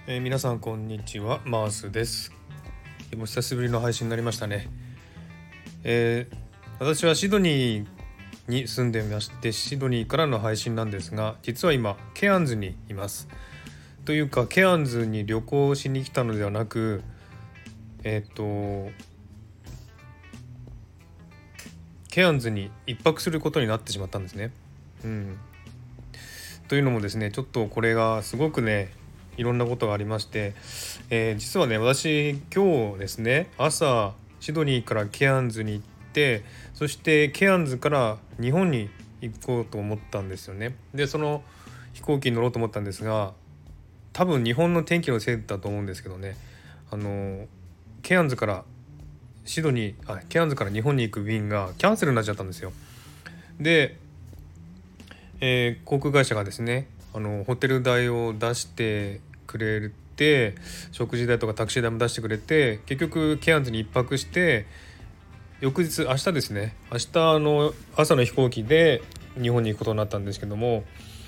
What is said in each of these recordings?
皆さんこんにちは、マースです。もう久しぶりの配信になりましたね。私はシドニーに住んでいまして、シドニーからの配信なんですが、実は今ケアンズにいます。というかケアンズに旅行しに来たのではなく、ケアンズに一泊することになってしまったんですね。というのもですね、ちょっとこれがすごくね、いろんなことがありまして、実はね、私今日ですね、朝シドニーからケアンズに行って、そしてケアンズから日本に行こうと思ったんですよね。でその飛行機に乗ろうと思ったんですが、多分日本の天気のせいだと思うんですけどね、ケアンズからケアンズから日本に行く便がキャンセルになっちゃったんですよ。で、航空会社がですね、ホテル代を出してくれて、食事代とかタクシー代も出してくれて、結局ケアンズに一泊して、翌日明日ですね、明日朝の飛行機で日本に行くことになったんですけども、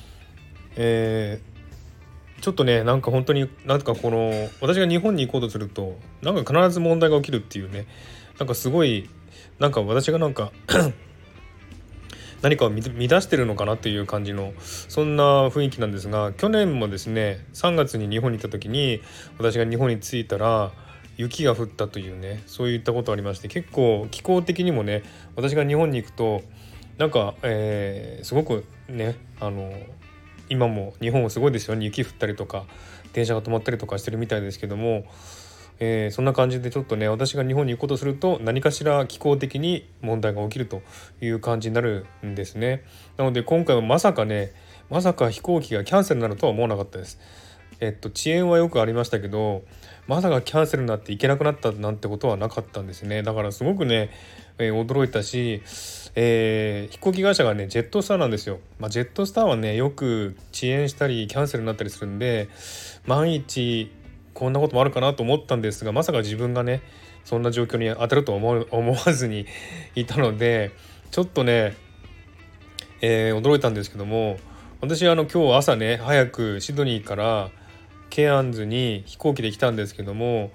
ちょっとね、なんか本当になんか私が日本に行こうとするとなんか必ず問題が起きるっていうね、なんかすごい、なんか私がなんか何かを乱してるのかなという感じの、そんな雰囲気なんですが、去年もですね、3月に日本に行った時に私が日本に着いたら雪が降ったというね、そういったことありまして、結構気候的にもね、私が日本に行くとなんか、すごくね、今も日本はすごいですよね。雪降ったりとか電車が止まったりとかしてるみたいですけども、そんな感じでちょっとね、私が日本に行くことすると何かしら気候的に問題が起きるという感じになるんですね。なので今回はまさか飛行機がキャンセルになるとは思わなかったです。遅延はよくありましたけど、まさかキャンセルになって行けなくなったなんてことはなかったんですね。だからすごくね、驚いたし、飛行機会社がねジェットスターなんですよ。ジェットスターはねよく遅延したりキャンセルになったりするんで、万一こんなこともあるかなと思ったんですが、まさか自分がねそんな状況に当たるとは思わずにいたので、ちょっとね、驚いたんですけども、私今日朝ね早くシドニーからケアンズに飛行機で来たんですけども、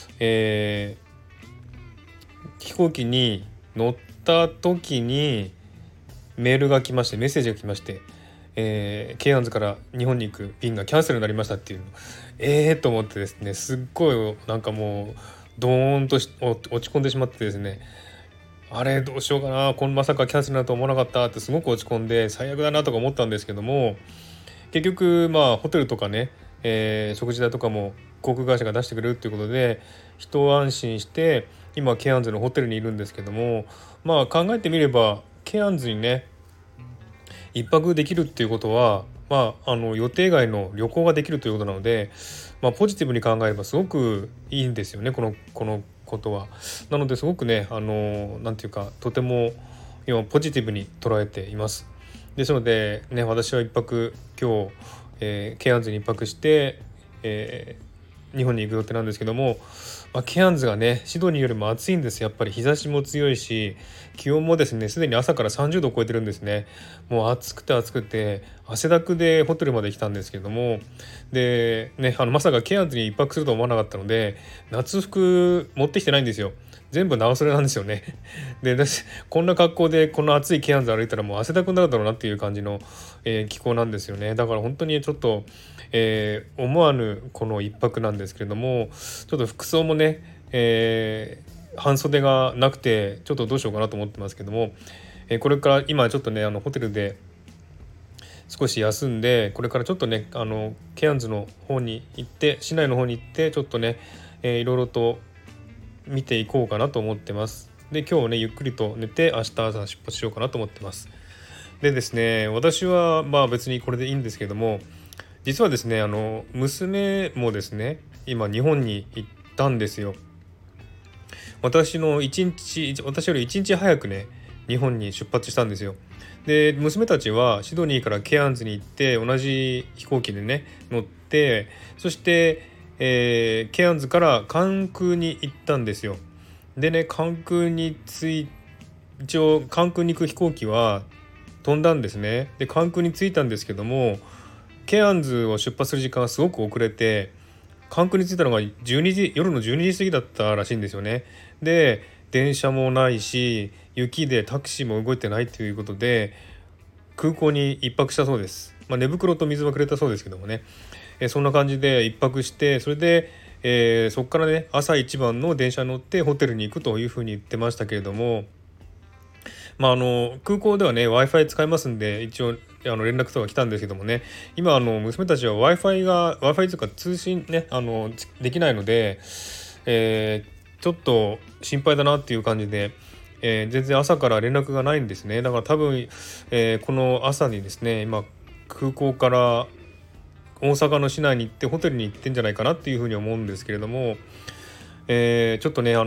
飛行機に乗った時にメッセージが来まして、ケアンズから日本に行く便がキャンセルになりましたっていうの、と思ってですね、すっごいなんかもうドーンと落ち込んでしまってですね、あれどうしようかな、まさかキャンセルになると思わなかったってすごく落ち込んで最悪だなとか思ったんですけども、結局ホテルとかね、食事代とかも航空会社が出してくれるっていうことで一安心して今ケアンズのホテルにいるんですけども、考えてみればケアンズにね一泊できるっていうことは、予定外の旅行ができるということなので、ポジティブに考えればすごくいいんですよね、このことは。なのですごくね、なんていうか、とても今ポジティブに捉えています。ですのでね、私は一泊今日、ケアンズに一泊して、日本に行く予定なんですけども、ケアンズがねシドニーよりも暑いんです。やっぱり日差しも強いし、気温もですねすでに朝から30度を超えてるんですね。もう暑くて汗だくでホテルまで来たんですけども、でね、まさかケアンズに一泊すると思わなかったので夏服持ってきてないんですよ。全部長袖なんですよね。で私こんな格好でこの暑いケアンズ歩いたらもう汗だくになるだろうなっていう感じの、気候なんですよね。だから本当にちょっと、思わぬこの一泊なんですけれども、ちょっと服装もね、半袖がなくてちょっとどうしようかなと思ってますけども、これから今ちょっとねホテルで少し休んで、これからちょっとねケアンズの方に行って、市内の方に行ってちょっとね、いろいろと見ていこうかなと思ってます。で今日ねゆっくりと寝て明日朝出発しようかなと思ってます。でですね、私は別にこれでいいんですけども、実はですね娘もですね今日本に行ったんですよ。私より1日早くね日本に出発したんですよ。で娘たちはシドニーからケアンズに行って同じ飛行機でね乗って、そして、ケアンズから関空に行ったんですよ。でね、一応関空に行く飛行機は飛んだんですね。で関空に着いたんですけども、ケアンズを出発する時間がすごく遅れて、 関空に着いたのが夜の12時過ぎだったらしいんですよね。で電車もないし雪でタクシーも動いてないということで空港に一泊したそうです。寝袋と水はくれたそうですけどもね、そんな感じで一泊して、それで、そこからね朝一番の電車に乗ってホテルに行くというふうに言ってましたけれども、空港ではね Wi-Fi 使えますんで、一応連絡とか来たんですけどもね、今娘たちは Wi-Fi というか通信ねできないので、ちょっと心配だなっていう感じで、全然朝から連絡がないんですね。だから多分、この朝にですね今空港から大阪の市内に行ってホテルに行ってんじゃないかなっていうふうに思うんですけれども、ちょっとね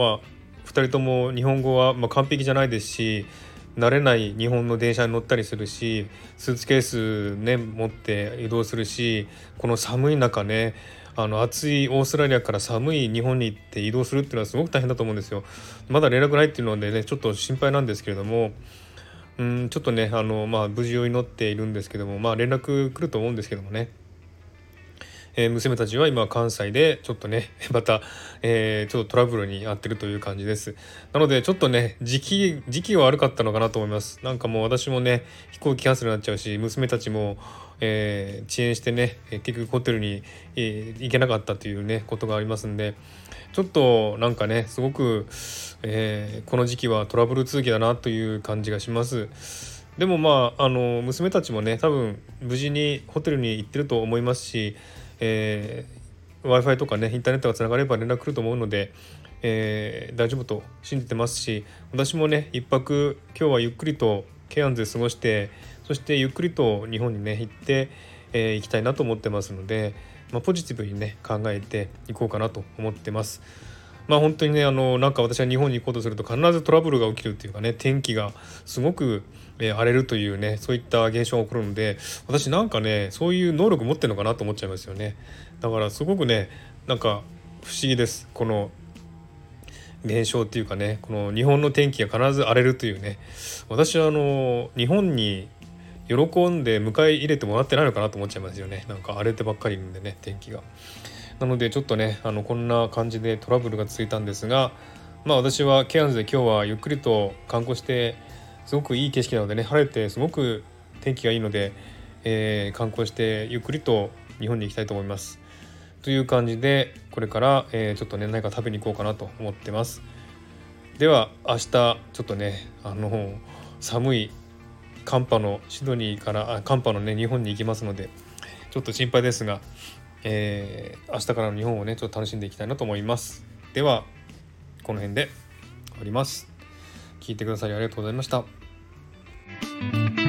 2人とも日本語は完璧じゃないですし、慣れない日本の電車に乗ったりするし、スーツケースね持って移動するし、この寒い中ね暑いオーストラリアから寒い日本に行って移動するっていうのはすごく大変だと思うんですよ。まだ連絡ないっていうのでねちょっと心配なんですけれども、ちょっとね無事を祈っているんですけども、連絡来ると思うんですけどもね、娘たちは今関西でちょっとねまた、ちょっとトラブルに遭ってるという感じです。なのでちょっとね時期は悪かったのかなと思います。なんかもう私もね飛行機キャンセルになっちゃうし、娘たちも、遅延してね結局ホテルに、行けなかったというねことがありますんで、ちょっとなんかねすごく、この時期はトラブル続きだなという感じがします。でも娘たちもね多分無事にホテルに行ってると思いますし、Wi-Fi とかねインターネットがつながれば連絡来ると思うので、大丈夫と信じてますし、私もね一泊今日はゆっくりとケアンズで過ごして、そしてゆっくりと日本にね行って、行きたいなと思ってますので、ポジティブにね考えていこうかなと思ってます。本当にねなんか私は日本に行こうとすると必ずトラブルが起きるっていうかね、天気がすごく、荒れるというねそういった現象が起こるので、私なんかねそういう能力持ってるのかなと思っちゃいますよね。だからすごくねなんか不思議です、この現象っていうかね、この日本の天気が必ず荒れるというね。私は日本に喜んで迎え入れてもらってないのかなと思っちゃいますよね。なんか荒れてばっかりいるんでね天気が。なのでちょっとねこんな感じでトラブルが続いたんですが、私はケアンズで今日はゆっくりと観光して、すごくいい景色なのでね、晴れてすごく天気がいいので、観光してゆっくりと日本に行きたいと思いますという感じで、これから、ちょっとね何か食べに行こうかなと思ってます。では明日ちょっとね寒い寒波のシドニーから寒波のね日本に行きますので、ちょっと心配ですが、明日からの日本をねちょっと楽しんでいきたいなと思います。ではこの辺で終わります。聞いてくださりありがとうございました。